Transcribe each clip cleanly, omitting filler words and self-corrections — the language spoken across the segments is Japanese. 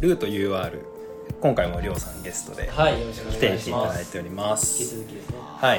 ルート UR 今回もりょうさんゲストではい、よろしくお来ていた願いします。 だいておりま引きす。 続きですね。 はい。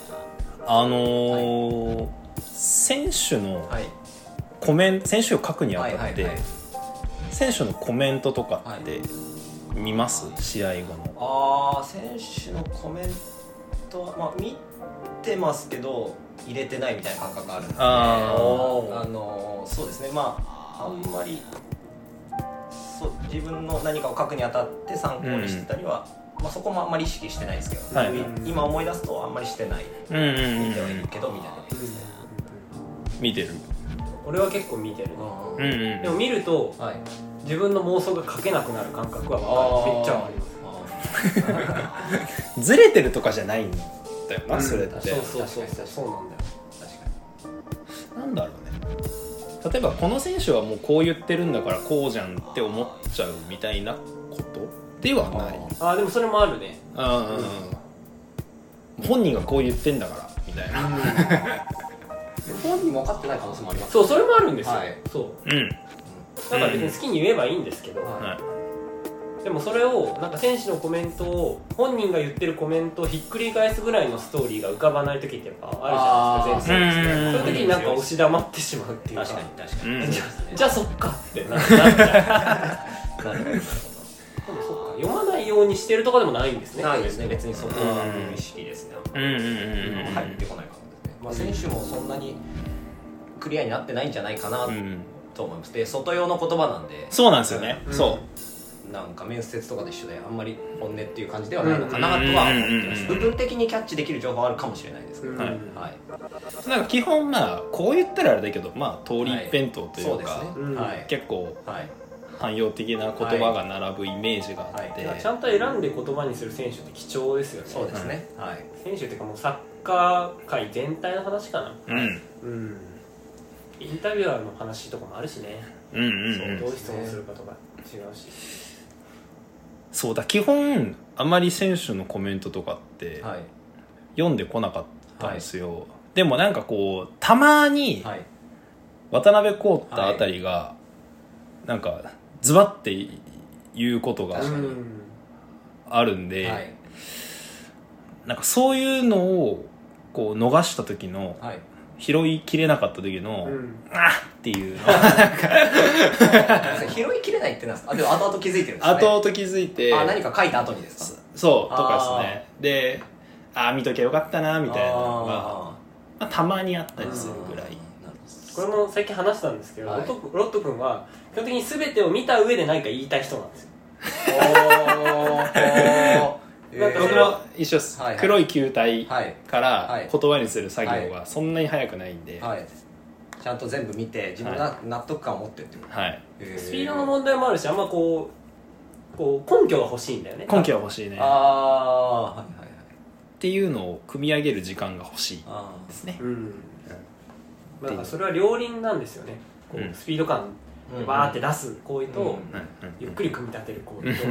選手のはい。 コメント、選手を書くにあたって、 はいはいはい、 選手のコメントとかって見ます、試合後の。 選手のコメントは、見てますけど入れてないみたいな感覚があるので、そうですね、あんまりそう自分の何かを書くにあたって参考にしてたりは、そこもあんまり意識してないですけど、 はい、 今思い出すとあんまりしてない、見てはいるけどみたいな感じですね。 見てる。 俺は結構見てるね。でも見ると、 はい、 自分の妄想が書けなくなる感覚はめっちゃあります。 ずれてるとかじゃないんだよな、それって。 そうなんだよ。確かに。なんだろうね。例えばこの選手はもうこう言ってるんだからこうじゃんって思っちゃうみたいなことではない。 でもそれもあるね。 本人がこう言ってんだからみたいな。 本人も分かってない可能性もあります。 そう、それもあるんですよ。 はい、 そう。だから別に好きに言えばいいんですけど、でもそれをなんか選手のコメントを本人が言ってるコメントをひっくり返すぐらいのストーリーが浮かばない時ってやっぱあるじゃないですか、前線ですね。そういう時になんか押し黙ってしまうっていうか、 確かにじゃあそっかってなっちゃう。でもそっか、読まないようにしてるとかでもないんですね。 ないですね、別にそこは無意識ですね。入ってこないかもですね。選手もそんなにクリアになってないんじゃないかなと思います。で、外用の言葉なんで。 そうなんですよね。そうなんか面接とかで一緒であんまり本音っていう感じではないのかなとは思ってます。部分的にキャッチできる情報はあるかもしれないですけど、なんか基本こう言ったらあれだけど通り一辺倒というか、結構汎用的な言葉が並ぶイメージがあって、 ちゃんと選んで言葉にする選手って貴重ですよね。 そうですね。 選手っていうかもうサッカー界全体の話かな。インタビュアーの話とかもあるしね。どう質問するかとか違うし。 そうだ、基本あまり選手のコメントとかって読んでこなかったんですよ。でもなんかこうたまに渡辺康太あたりがなんかズバッて言うことがあるんで、なんかそういうのをこう逃した時の、拾いきれなかった時のっていうの拾いきれないってなんですか？でも後々気づいてるんですね。 後々気づいて、 何か書いた後にですか？ そうとかですね。で、見ときゃよかったなみたいなのがたまにあったりするぐらい。 これも最近話したんですけど、ロット君は基本的に全てを見た上で何か言いたい人なんですよ。 なんか僕も一緒です。黒い球体から言葉にする作業がそんなに早くないんで、 ちゃんと全部見て自分が納得感を持ってっていう。 スピードの問題もあるし、あんまこう根拠が欲しいんだよね。 根拠が欲しいね。っていうのを組み上げる時間が欲しいですね。 だからそれは両輪なんですよね。スピード感バーって出す行為とゆっくり組み立てる行為と。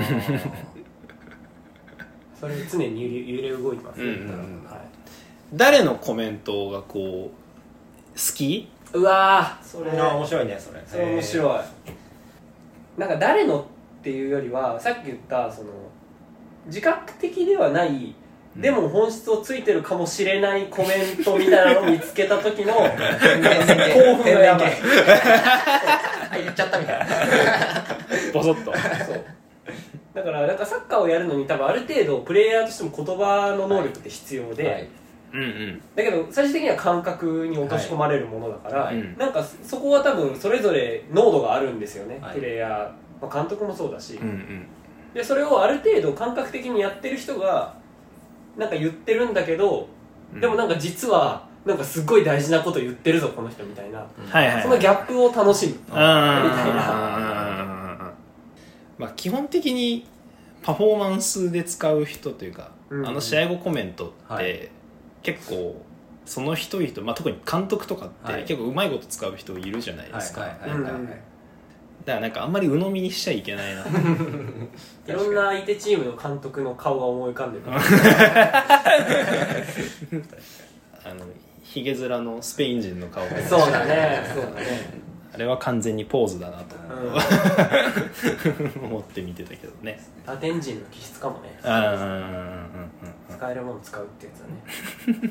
それ常に揺れ動いてますね。 誰のコメントがこう好き？ うわー、それ面白いね。それ面白い。なんか誰のっていうよりは、さっき言ったその自覚的ではないでも本質をついてるかもしれないコメントみたいなのを見つけた時の興奮がやばい。 言っちゃったみたいな。 ボソッと。 そうだからなんかサッカーをやるのに多分ある程度プレイヤーとしても言葉の能力って必要で、だけど最終的には感覚に落とし込まれるものだから、なんかそこは多分それぞれ濃度があるんですよね、プレイヤー、監督もそうだし、でそれをある程度感覚的にやってる人がなんか言ってるんだけど、でもなんか実はなんかすごい大事なこと言ってるぞこの人みたいな、そのギャップを楽しむみたいな。 基本的にパフォーマンスで使う人というか、試合後コメントって結構その人々、特に監督とかって結構うまいこと使う人いるじゃないですか。だからなんかあんまり鵜呑みにしちゃいけないな。 いろんな相手チームの監督の顔が思い浮かんでる。 ヒゲ面のスペイン人の顔がそうだね。 あれは完全にポーズだなと思って見てたけどね。 打点陣の気質かもね。使えるもの使うってやつだね。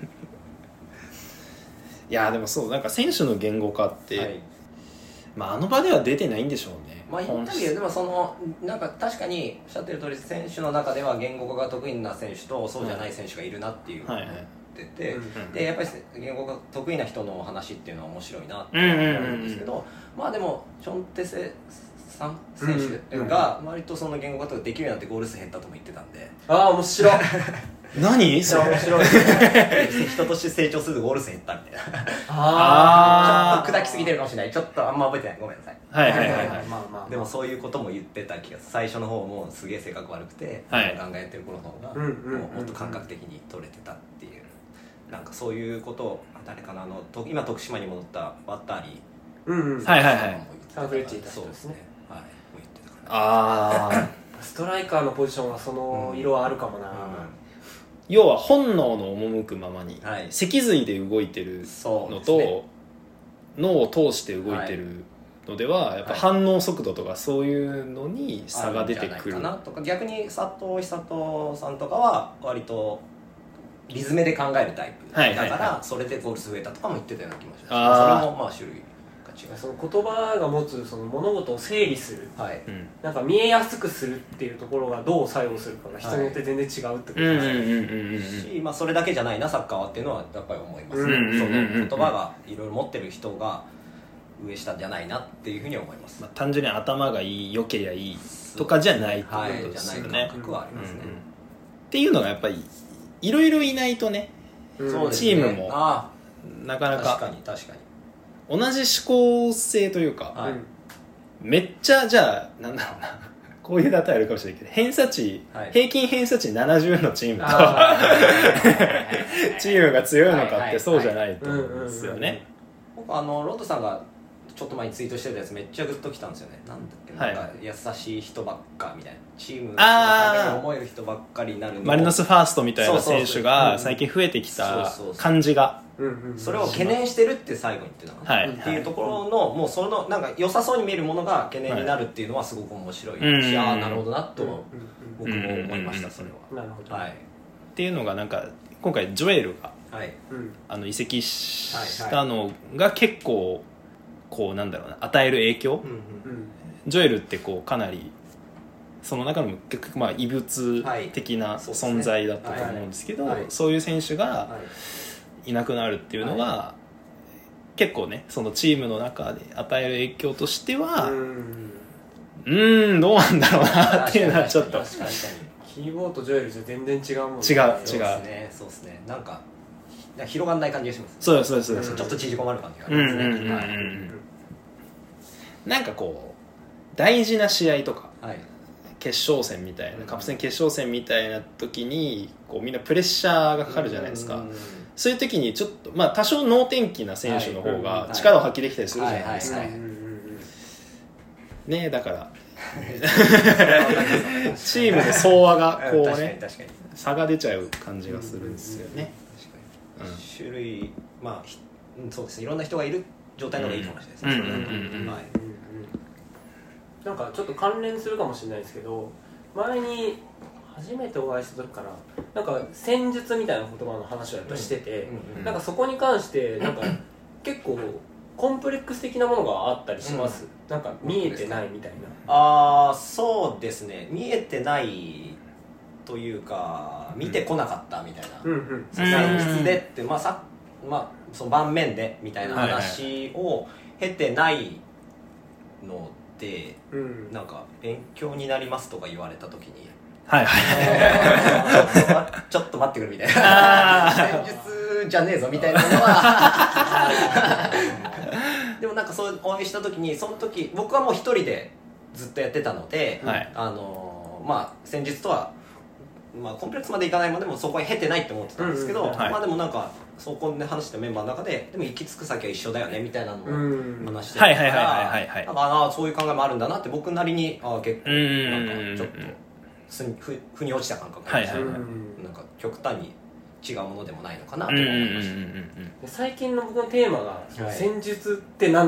いやでもそうなんか選手の言語化って、はい、まああの場では出てないんでしょうね。 まあインタビューでもそのなんか確かにおっしゃってる通り選手の中では言語化が得意な選手とそうじゃない選手がいるなっていう。はいはいてて、でやっぱり言語が得意な人の話っていうのは面白いなって思うんですけど、まあでもチョンテセさん選手が割とその言語化とかできるようになってゴール数減ったとも言ってたんで、 ああ面白い何それ面白い人として成長するとゴール数減ったみたいなちょっと砕きすぎてるかもしれない、ちょっとあんま覚えてない、ごめんなさい。 はいはいはいはいでもそういうことも言ってた気がする。最初の方もすげえ性格悪くて、ガンガンやってる頃の方がもっと感覚的に取れてたっていう、なんかそういうことを誰かな今徳島に戻ったワッターリーはいはいはいサンフレッチェいた人ですね。 はい、もう言ってたかな。 ああストライカーのポジションはその色はあるかもな。 要は本能の赴くままに、はい、脊髄で動いてるのと、ね、脳を通して動いてるのでは、やっぱ反応速度とかそういうのに差が出てくる、 かなとか。逆に佐藤久人さんとかは割とリズムで考えるタイプだからそれでゴール数増えたとかも言ってたような気もします。それもまあ種類が違う。 その言葉が持つその物事を整理する、はい、なんか見えやすくするっていうところがどう作用するかが人によって全然違うってことですし、まあそれだけじゃないなサッカーはっていうのはやっぱり思いますね。その言葉がいろいろ持ってる人が上下じゃないなっていうふうに思います。 まあ、単純に頭がいい、良けりゃいいとかじゃないってことですよね。 じゃない感覚はありますね。 っていうのがやっぱりいろいろいないとね、チームもなかなか確かに同じ思考性というか、めっちゃじゃあなんだろうなこういう例えあるかもしれないけど偏差値、平均偏差値70のチームとチームが強いのかってそうじゃないと思うんですよね。 僕ロッドさんがちょっと前にツイートしてたやつめっちゃグッときたんですよね。なんだっけ、なんか優しい人ばっかみたいな、チームのために思える人ばっかりになるのマリノスファーストみたいな選手が最近増えてきた感じが、 それを懸念してるって最後に言ってたの、っていうところのもうそのなんか良さそうに見えるものが懸念になるっていうのはすごく面白いし、ああなるほどなと僕も思いました。それはなるほど、 っていうのがなんか今回ジョエルが移籍したのが結構こうなんだろうな与える影響、ジョエルってこうかなりその中でも結局まあ異物的な存在だったと思うんですけど、そういう選手がいなくなるっていうのが結構ねそのチームの中で与える影響としてはどうなんだろうなっていうのはちょっとキーボーとジョエルじゃ全然違うもんね。 違うそうですね、なんか広がんない感じがします。 そうですちょっと縮こまる感じがありますね。 なんかこう大事な試合とか、決勝戦みたいなカップ戦決勝戦みたいな時にこうみんなプレッシャーがかかるじゃないですか。そういう時にちょっとまあ多少能天気な選手の方が力を発揮できたりするじゃないですかね。だからチームの総和がこうね差が出ちゃう感じがするんですよね。 種類まあそうですね、いろんな人がいる状態の方がいいかもしれないですね。 なんかちょっと関連するかもしれないですけど、前に初めてお会いした時かな、なんか戦術みたいな言葉の話をやっぱしてて、なんかそこに関してなんか結構コンプレックス的なものがあったりします、なんか見えてないみたいな。そうですね、見えてないというか見てこなかったみたいな、戦術でってその盤面でみたいな話を経てないので、なんか勉強になりますとか言われた時にちょっと待ってくるみたいな戦術じゃねえぞみたいなのはでもなんかそうお会いした時にその時僕はもう一人でずっとやってたので、戦術とはコンプレックスまでいかないまでもそこは経てないって思ってたんですけど、でもなんかそこで話したメンバーの中ででも行き着く先は一緒だよねみたいなのを話してたからそういう考えもあるんだなって僕なりに結構なんかちょっと腑に落ちた感覚がありました。なんか極端に違うものでもないのかなと思いました。 最近の僕のテーマが戦術ってなんだっ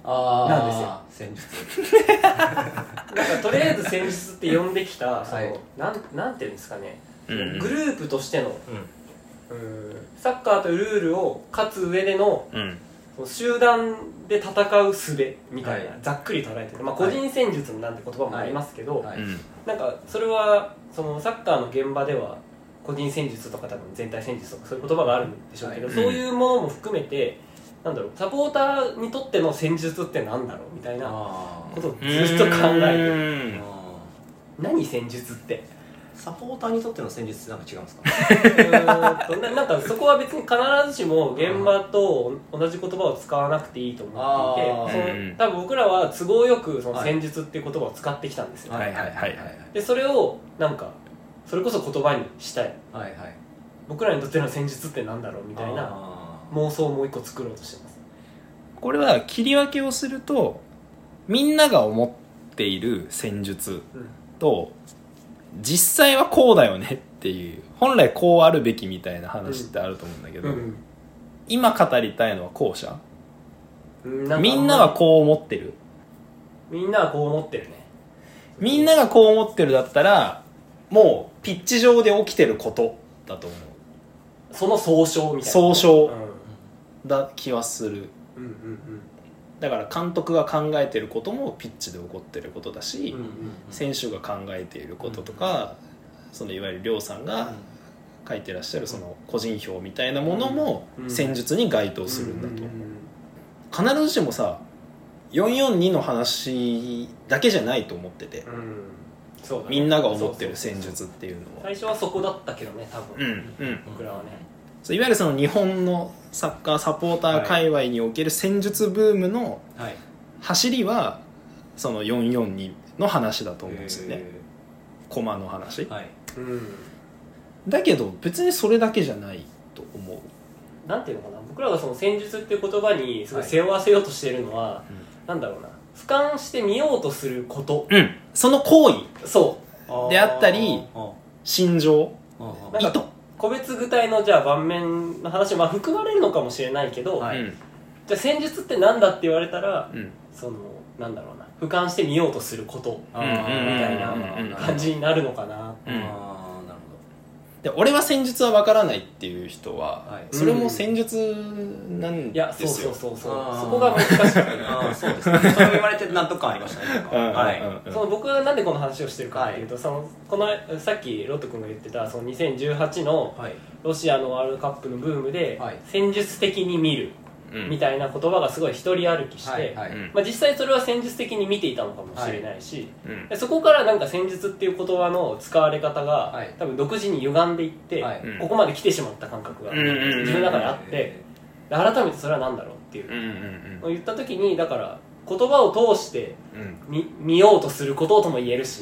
なんですよ。 戦術なんかとりあえず戦術って呼んできたその、なんていうんですかね、グループとしての、サッカーというルールを勝つ上での、その集団で戦う術みたいな、ざっくり捉えてる、個人戦術なんて言葉もありますけど、なんかそれはそのサッカーの現場では個人戦術とか多分全体戦術とかそういう言葉があるんでしょうけど、そういうものも含めてなんだろう、サポーターにとっての戦術ってなんだろうみたいなことをずっと考えてる。何戦術ってサポーターにとっての戦術ってなんか違うんですか？ なんかそこは別に必ずしも現場と同じ言葉を使わなくていいと思っていて、多分僕らは都合よくその戦術っていう言葉を使ってきたんですよ。でそれをなんかそれこそ言葉にしたい、僕らにとっての戦術ってなんだろうみたいな妄想をもう一個作ろうとしてます。 これは切り分けをすると、みんなが思っている戦術と、実際はこうだよねっていう、本来こうあるべきみたいな話ってあると思うんだけど、今語りたいのは後者。みんなはこう思ってる。 みんなはこう思ってるね。 みんながこう思ってるだったら、もうピッチ上で起きてることだと思う。 その総称みたいな。 総称だ気はする。だから監督が考えていることもピッチで起こっていることだし、選手が考えていることとか、そのいわゆる亮さんが書いてらっしゃるその個人票みたいなものも戦術に該当するんだと。必ずしもさ、442の話だけじゃないと思ってて、 そうだね、 みんなが思ってる戦術っていうのは最初はそこだったけどね、多分、僕らはね。 いわゆるその日本のサッカーサポーター界隈における戦術ブームの走りはその442の話だと思うんですよね、コマの話、だけど別にそれだけじゃないと思う。 なんていうのかな、僕らがその戦術っていう言葉にすごい背負わせようとしているのは、なんだろうな、俯瞰して見ようとすること、 その行為そうであったり心情、意図、 個別具体のじゃあ盤面の話も含まれるのかもしれないけど、じゃあ戦術ってなんだって言われたら、そのなんだろうな、俯瞰して見ようとすることみたいな感じになるのかな。 で俺は戦術は分からないっていう人は、それも戦術なんですよ。 いや、そうそこが難しかったそうですね、それを言われて納得感ありましたね。 その僕がなんでこの話をしてるかっていうと、このさっきロット君が言ってたその2018のロシアのワールドカップのブームで戦術的に見るみたいな言葉がすごい一人歩きして、実際それは戦術的に見ていたのかもしれないし、そこからなんか戦術っていう言葉の使われ方が多分独自に歪んでいって、ここまで来てしまった感覚が自分の中であって、改めてそれは何だろうっていう言った時に、だから言葉を通して見ようとすることとも言えるし、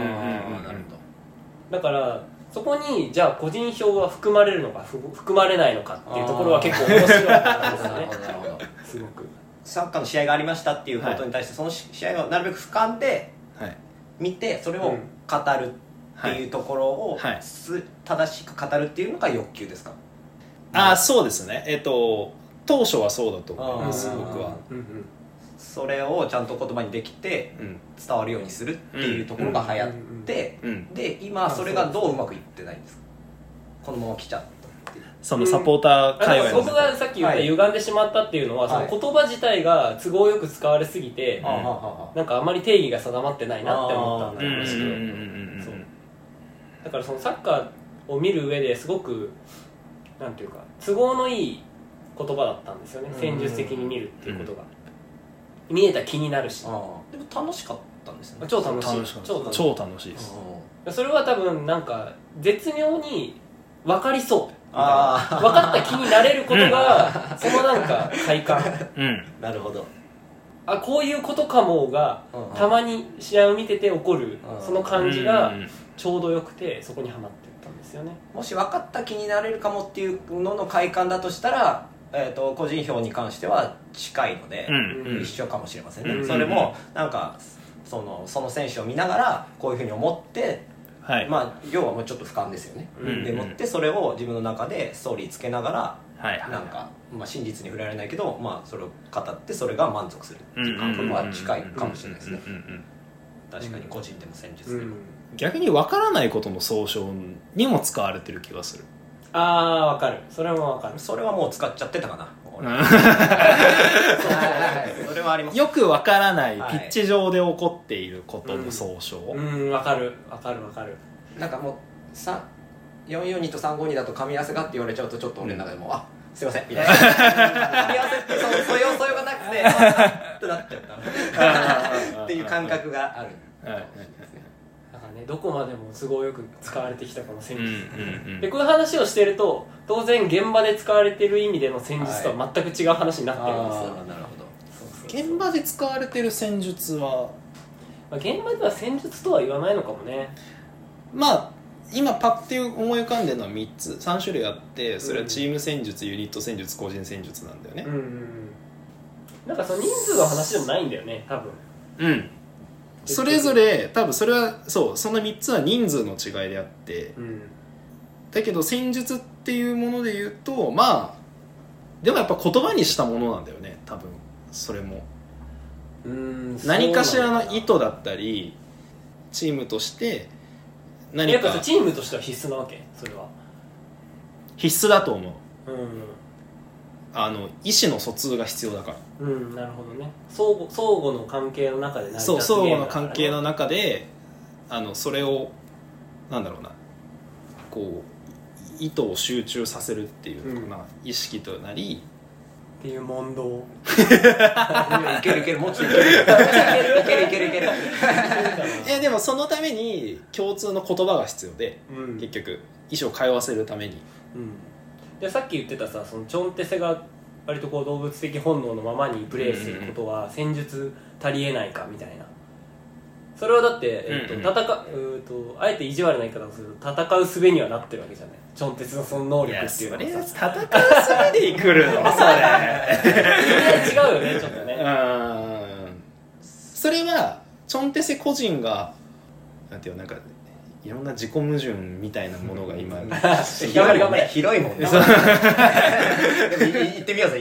だからそこにじゃあ個人票は含まれるのか含まれないのかっていうところは結構面白いですね。すごくサッカーの試合がありましたっていうことに対して、その試合をなるべく俯瞰で見て、それを語るっていうところを正しく語るっていうのが欲求ですか？ そうですね。当初はそうだと思います、僕は。 それをちゃんと言葉にできて伝わるようにするっていうところが流行って、で今それがどううまくいってないんですか？このまま来ちゃったっていう、 そのサポーター界隈の僕がさっき言った歪んでしまったっていうのは、その言葉自体が都合よく使われすぎて、なんかあまり定義が定まってないなって思ったんだけど、だからそのサッカーを見る上ですごくなんていうか都合のいい言葉だったんですよね、戦術的に見るっていうことが。見えた気になるし、でも楽しかったんですよね。 超楽しい、 超楽しいです。 それは多分なんか絶妙に分かりそうみたいな、分かった気になれることがそのなんか快感、 なるほど、 こういうことかもがたまに試合を見てて起こる、その感じがちょうどよくて、そこにはまっていったんですよね。 もし分かった気になれるかもっていうのの快感だとしたら、個人票に関しては近いので、一緒かもしれませんね。それもなんかその選手を見ながらこういうふうに思ってまあ要はもうちょっと俯瞰ですよね、でもってそれを自分の中でストーリーつけながら、なんか、まあ、真実に触れられないけど、まあ、それを語ってそれが満足するっていう感覚は近いかもしれないですね。確かに個人でも戦術でも、 逆に分からないことの総称にも使われてる気がする。 ああ、分かる。それも分かる。 それはもう使っちゃってたかな。それはあります。 よく分からないピッチ上で起こっていることの総称。 分かる分かる分かる。 なんかもう442と352だと噛み合わせがって言われちゃうとちょっと俺の中でも、あ、すいませんみたいな噛み合わせって素養がなくてってなっちゃったっていう感覚がある。 だからね、どこまでも都合よく使われてきたこの戦術、でこういう話をしてると当然現場で使われてる意味での戦術とは全く違う話になってるんですよ。 なるほど。 現場で使われてる戦術は、 まあ、現場では戦術とは言わないのかもね。 まあ今パッて思い浮かんでるのは3種類あって、それはチーム戦術、ユニット戦術、個人戦術なんだよね。 なんかその人数の話でもないんだよね、多分。 それぞれ多分それはその3つは人数の違いであって、だけど戦術っていうもので言うと、まあでもやっぱ言葉にしたものなんだよね、多分それも。何かしらの意図だったりチームとして何か、 やっぱチームとしては必須なわけ？それは必須だと思う。意思の疎通が必要だから。 なるほどね。相互の関係の中で成り立つゲームだからね。 相互の関係の中でそれをなんだろうな、こう意図を集中させるっていうのかな、意識となりっていう問答。 いけるもうちょっといけるでもそのために共通の言葉が必要で、結局意思を通わせるために、 でさっき言ってたさ、そのチョンテセが割とこう動物的本能のままにプレイすることは戦術足りえないかみたいな。それはだって、あえて意地悪な言い方をすると戦う術にはなってるわけじゃない。チョンテセのその能力っていうのはさ、 戦う術で来るのそれ違うよね、ちょっとね。 それはチョンテセ個人がなんていうなんかいろんな自己矛盾みたいなものが今広いもんね。でも言ってみよう。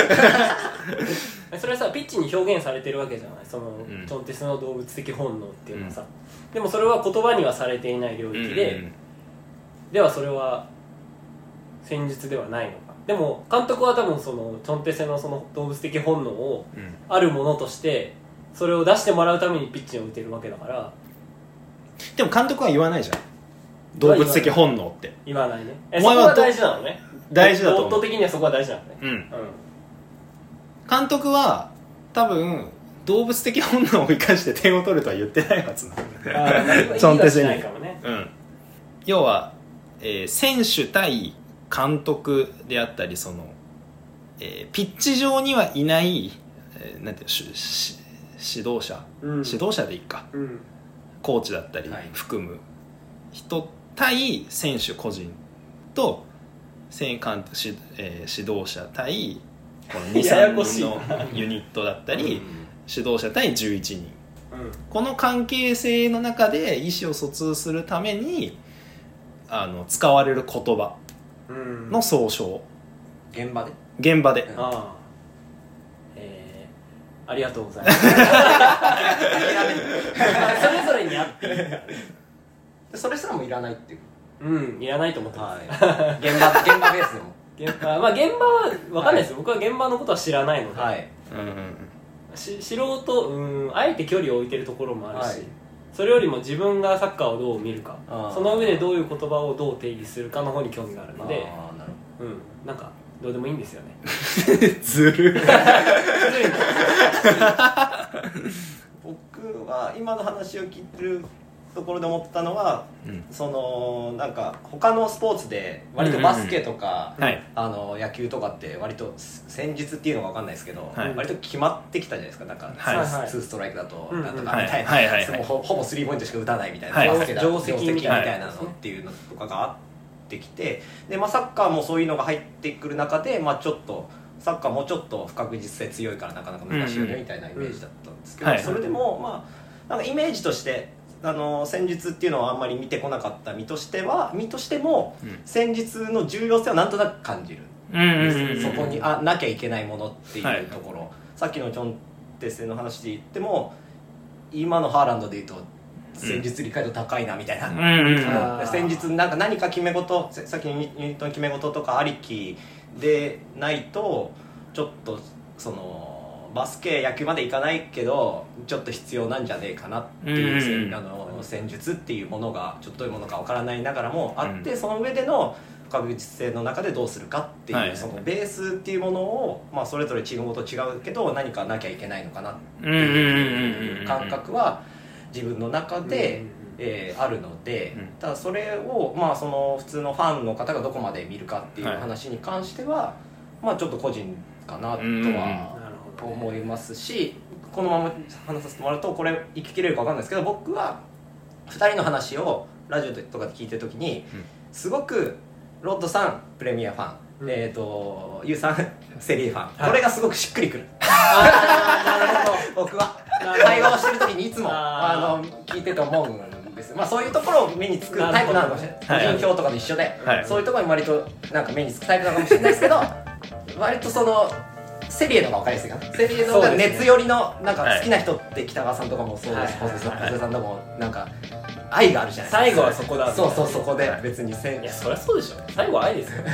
それはさ、ピッチに表現されてるわけじゃない、その、チョンテスの動物的本能っていうのはさ、でもそれは言葉にはされていない領域で、ではそれは戦術ではないのか。でも監督は多分そのチョンテセのその動物的本能をあるものとしてそれを出してもらうためにピッチに置いてるわけだから。 でも監督は言わないじゃん、動物的本能って言わないね。そこは大事なのね。 大事だと思う。 ロット的にはそこは大事なのね。 監督は多分動物的本能を生かして点を取るとは言ってないはずなんだよね。チョンテセに。要は、選手対監督であったり、その、ピッチ上にはいない、なんていう指導者、指導者でいいか、コーチだったり含む人対選手個人と指導者対この 2,3 人のユニットだったり指導者対11人、この関係性の中で意思を疎通するために使われる言葉の総称、 現場でありがとうございますそれぞれにあっていいからそれすらもいらないっていう。 いらないと思ってます、 現場ベースでも現場は分かんないですよ、僕は現場のことは知らないので、素人、あえて距離を置いてるところもあるし、それよりも自分がサッカーをどう見るか、その上でどういう言葉をどう定義するかの方に興味があるので、なんかどうでもいいんですよねずるい僕は今の話を聞いてるところで思ったのは、そのなんか他のスポーツで割とバスケとか、野球とかって割と戦術っていうのが分かんないですけど、割と決まってきたじゃないですか。なんか2ストライクだとなんとかみたいな、ほぼ3ポイントしか打たないみたいな、バスケだと定石みたいなのっていうのとかがあってきて、で、サッカーもそういうのが入ってくる中で、ちょっとサッカーもうちょっと不確実性強いからなかなか難しいよねみたいなイメージだったんですけど、それでもなんかイメージとして戦術っていうのはあんまり見てこなかった身としても、戦術の重要性はなんとなく感じる、そこになきゃいけないものっていうところ、さっきのチョンテセの話で言っても今のハーランドで言うと戦術理解度高いなみたいな、戦術なんか何か決め事、さっきのユニットの決め事とかありきでないとちょっとそのバスケ野球までいかないけどちょっと必要なんじゃねえかなっていう、戦術っていうものがちょっとどういうものかわからないながらもあって、その上での不確実性の中でどうするかっていう、そのベースっていうものを、それぞれチームごと違うけど何かなきゃいけないのかなっていう感覚は自分の中で、あるので、ただそれを、その普通のファンの方がどこまで見るかっていう話に関しては、ちょっと個人かなとは思いますし、このまま話させてもらうとこれ行ききれるか分かんないですけど、僕は2人の話をラジオとかで聞いてる時にすごくロッドさんプレミアファン、ユウさんセリエファン、これがすごくしっくりくる。なるほど。僕は会話をしてる時にいつも聞いてて思うんです。そういうところを目につくタイプなのかもしれない。個人票とかと一緒で、そういうところに割となんか目につくタイプなのかもしれないですけど、割とそのセリエの方が分かりやすいかな。セリエの方が熱寄りのなんか好きな人って北川さんとかもそうですし、小瀬さんともなんか愛があるじゃないですか。 最後はそこだ。 そうそこで別にいやそりゃそうでしょ。最後は愛ですよ。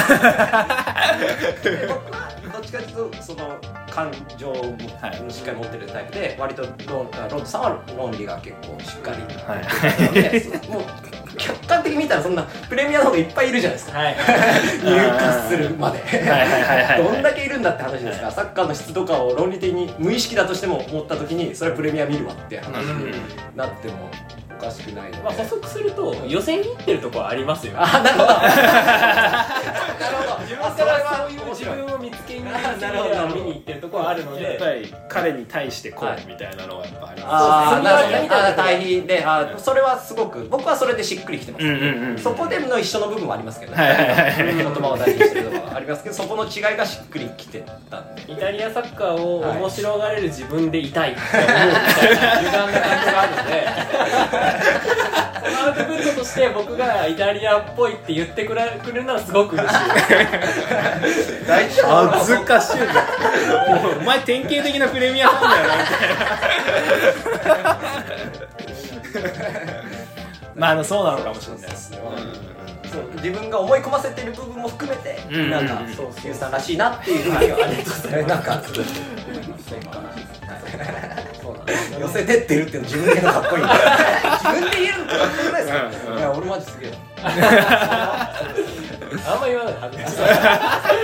で僕はどっちかというとその感情をしっかり持ってるタイプで、割とロッドさんは論理が結構しっかりもう客観的に見たらそんなプレミアの方がいっぱいいるじゃないですか、入荷するまでどんだけいるんだって話ですから、サッカーの質とかを論理的に無意識だとしても思った時にそれはプレミア見るわって話になってもおかしくないので、 補足すると予選に行ってるところはありますよ。 なるほどなるほど。 自分からそういう自分を見つけに見に行ってるところはあるので、 やっぱり彼に対してこうみたいなのがやっぱあります。 対比で、それはすごく僕はそれでしっくりきてます。そこでの一緒の部分はありますけど、言葉を大事にしてるところはありますけど、そこの違いがしっくりきてたんで、 イタリアサッカーを面白がれる自分でいたいって思うみたいな歪んだ感じがあるので、アウトプットとして僕がイタリアっぽいって言ってくれるのはすごく嬉しい。 大丈夫？ 恥ずかしいな。お前典型的なプレミアファンだよなみたいな。そうなのかもしれないですね。 自分が思い込ませてる部分も含めて、なんかユウさんらしいなっていうふうにはありがとうございます。なんか寄せてってるっていうの自分で言うのかっこいい。自分で言えるのかっこよくないですか？いや俺マジすげえ。 あんま言わない。